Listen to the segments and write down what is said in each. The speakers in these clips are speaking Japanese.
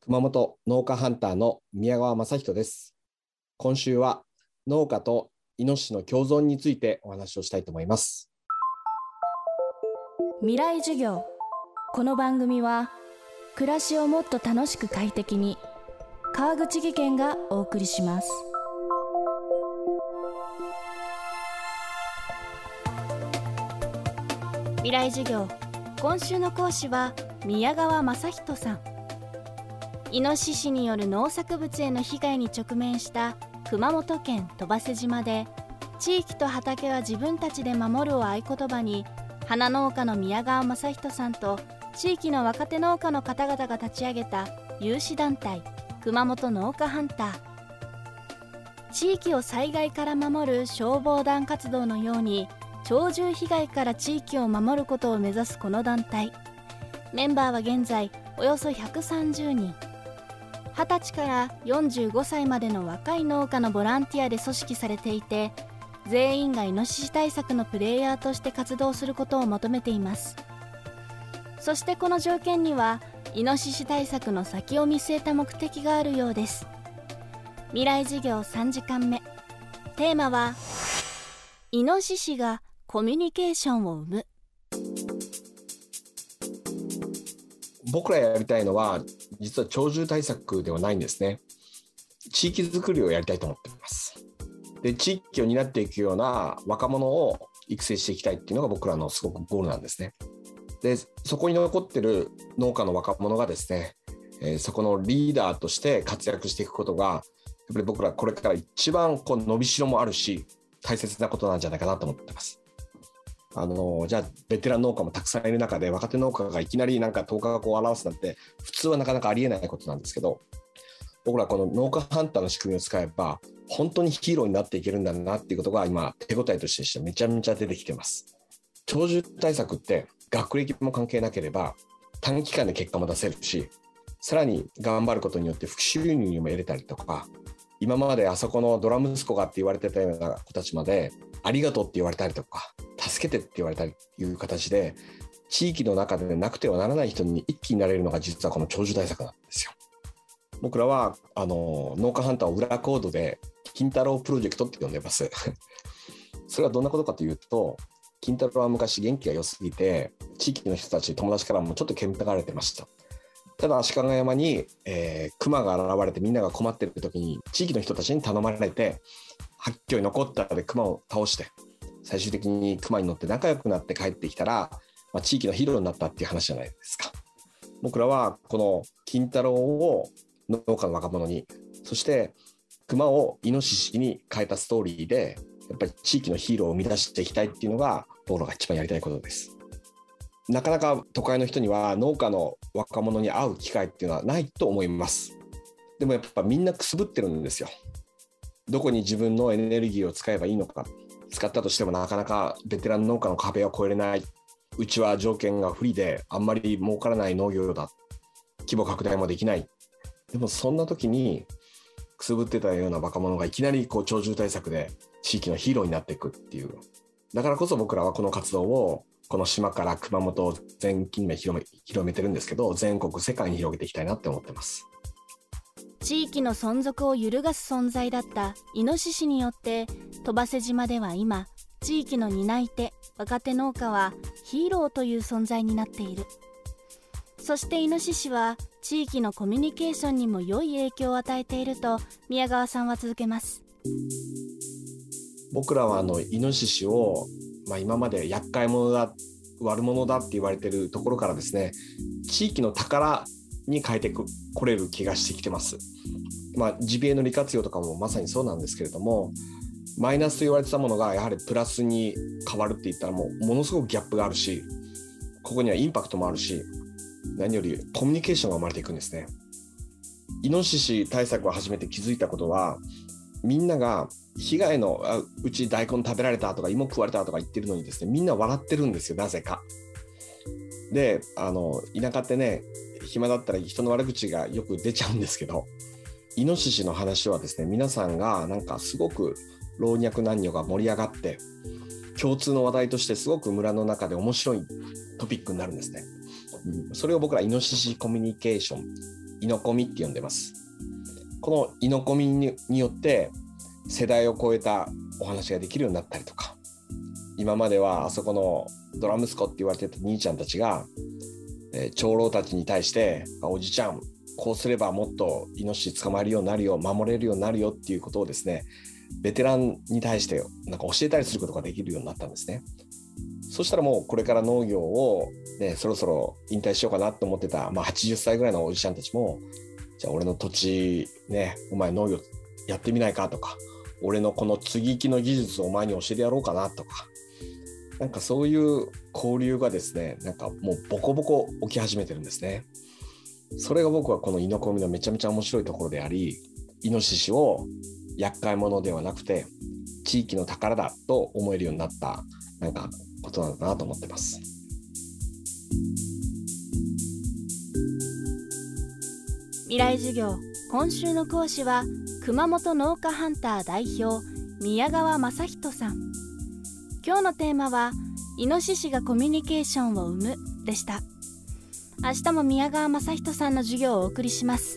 熊本農家ハンターの宮川雅人です。今週は農家とイノシシの共存についてお話をしたいと思います。 未来授業。この番組は暮らしをもっと楽しく快適に、川口義賢がお送りします。未来授業、今週の講師は宮川雅人さん。イノシシによる農作物への被害に直面した熊本県戸馳島で、地域と畑は自分たちで守るを合言葉に、花農家の宮川雅人さんと地域の若手農家の方々が立ち上げた有志団体熊本農家ハンター。地域を災害から守る消防団活動のように、鳥獣被害から地域を守ることを目指すこの団体。メンバーは現在およそ130人。20歳から45歳までの若い農家のボランティアで組織されていて、全員がイノシシ対策のプレイヤーとして活動することを求めています。そしてこの条件には、イノシシ対策の先を見据えた目的があるようです。未来授業3時間目。テーマは、イノシシがコミュニケーションを生む。 僕らやりたいのは、実は鳥獣対策ではないんですね。地域づくりをやりたいと思っています。で、地域を担っていくような若者を育成していきたいっていうのが僕らのすごくゴールなんですね。で、そこに残ってる農家の若者がですね、そこのリーダーとして活躍していくことが、やっぱり僕らこれから一番伸びしろもあるし、大切なことなんじゃないかなと思ってます。じゃあベテラン農家もたくさんいる中で、若手農家がいきなりなんか頭角を現すなんて普通はなかなかありえないことなんですけど、僕らこの農家ハンターの仕組みを使えば本当にヒーローになっていけるんだなっていうことが今手応えとしてめちゃめちゃ出てきてます。鳥獣対策って学歴も関係なければ短期間で結果も出せるし、さらに頑張ることによって副収入も得れたりとか、今まであそこのドラ息子がって言われてたような子たちまでありがとうって言われたりとか、助けてって言われたりという形で、地域の中でなくてはならない人に一気になれるのが実はこの鳥獣対策なんですよ。僕らは農家ハンターを裏コードで金太郎プロジェクトって呼んでますそれはどんなことかというと、金太郎は昔元気が良すぎて地域の人たち、友達からもちょっと煙たがられてました。ただ足利山に、熊が現れてみんなが困っている時に地域の人たちに頼まれて、発狂に残ったで熊を倒して最終的に熊に乗って仲良くなって帰ってきたら、地域のヒーローになったっていう話じゃないですか。僕らはこの金太郎を農家の若者に、そして熊をイノシシに変えたストーリーで、やっぱり地域のヒーローを生み出していきたいっていうのが僕らが一番やりたいことです。なかなか都会の人には農家の若者に会う機会っていうのはないと思います。でもやっぱみんなくすぶってるんですよ。どこに自分のエネルギーを使えばいいのか、使ったとしてもなかなかベテラン農家の壁は越えれない、うちは条件が不利であんまり儲からない農業だ、規模拡大もできない。でもそんな時にくすぶってたような若者がいきなり鳥獣対策で地域のヒーローになっていくっていう。だからこそ僕らはこの活動をこの島から熊本を全近辺広めてるんですけど、全国世界に広げていきたいなって思ってます。 地域の存続を揺るがす存在だったイノシシによって、戸馳島では今、地域の担い手、若手農家はヒーローという存在になっている。そしてイノシシは地域のコミュニケーションにも良い影響を与えていると宮川さんは続けます。 僕らはイノシシを、今まで厄介者だ、悪者だって言われているところからですね、地域の宝に変えてこれる気がしてきてます。ジビエの利活用とかもまさにそうなんですけれども、マイナスと言われてたものがやはりプラスに変わるって言ったらものすごくギャップがあるし、ここにはインパクトもあるし、何よりコミュニケーションが生まれていくんですね。イノシシ対策を始めて気づいたことは、みんなが被害のうち大根食べられたとか芋食われたとか言ってるのにですね、みんな笑ってるんですよ、なぜか。で、田舎ってね、暇だったら人の悪口がよく出ちゃうんですけど、イノシシの話はですね、皆さんがなんかすごく老若男女が盛り上がって共通の話題としてすごく村の中で面白いトピックになるんですね。それを僕らイノシシコミュニケーション、 猪込みって呼んでます。この猪込みによって世代を超えたお話ができるようになったりとか、今まではあそこのドラ息子って言われてた兄ちゃんたちが、長老たちに対しておじちゃんこうすればもっとイノシシ捕まえるようになるよ、守れるようになるよっていうことをですね、ベテランに対してなんか教えたりすることができるようになったんですね。そしたらもうこれから農業を、ね、そろそろ引退しようかなと思ってた、80歳ぐらいのおじちゃんたちも、じゃあ俺の土地ね、お前農業やってみないかとか、俺のこの接ぎ木の技術をお前に教えてやろうかなとか、なんかそういう交流がですね、なんかもうボコボコ起き始めてるんですね。それが僕はこの猪込みのめちゃめちゃ面白いところであり、イノシシを厄介者ではなくて地域の宝だと思えるようになったなんかことなのかなと思ってます。 未来授業、今週の講師は熊本農家ハンター代表宮川雅人さん。今日のテーマはイノシシがコミュニケーションを生むでした。明日も宮川雅人さんの授業をお送りします。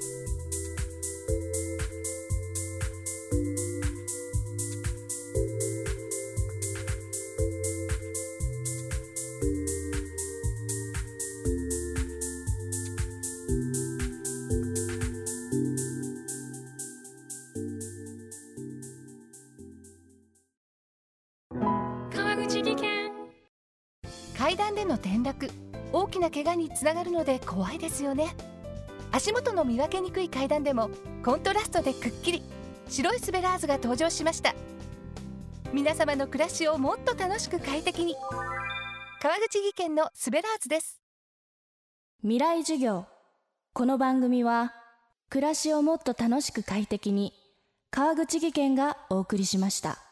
階段での転落、大きな怪我につながるので怖いですよね。足元の見分けにくい階段でもコントラストでくっきり白いスベラーズが登場しました。皆様の暮らしをもっと楽しく快適に、川口技研のスベラーズです。 未来授業、この番組は暮らしをもっと楽しく快適に川口技研がお送りしました。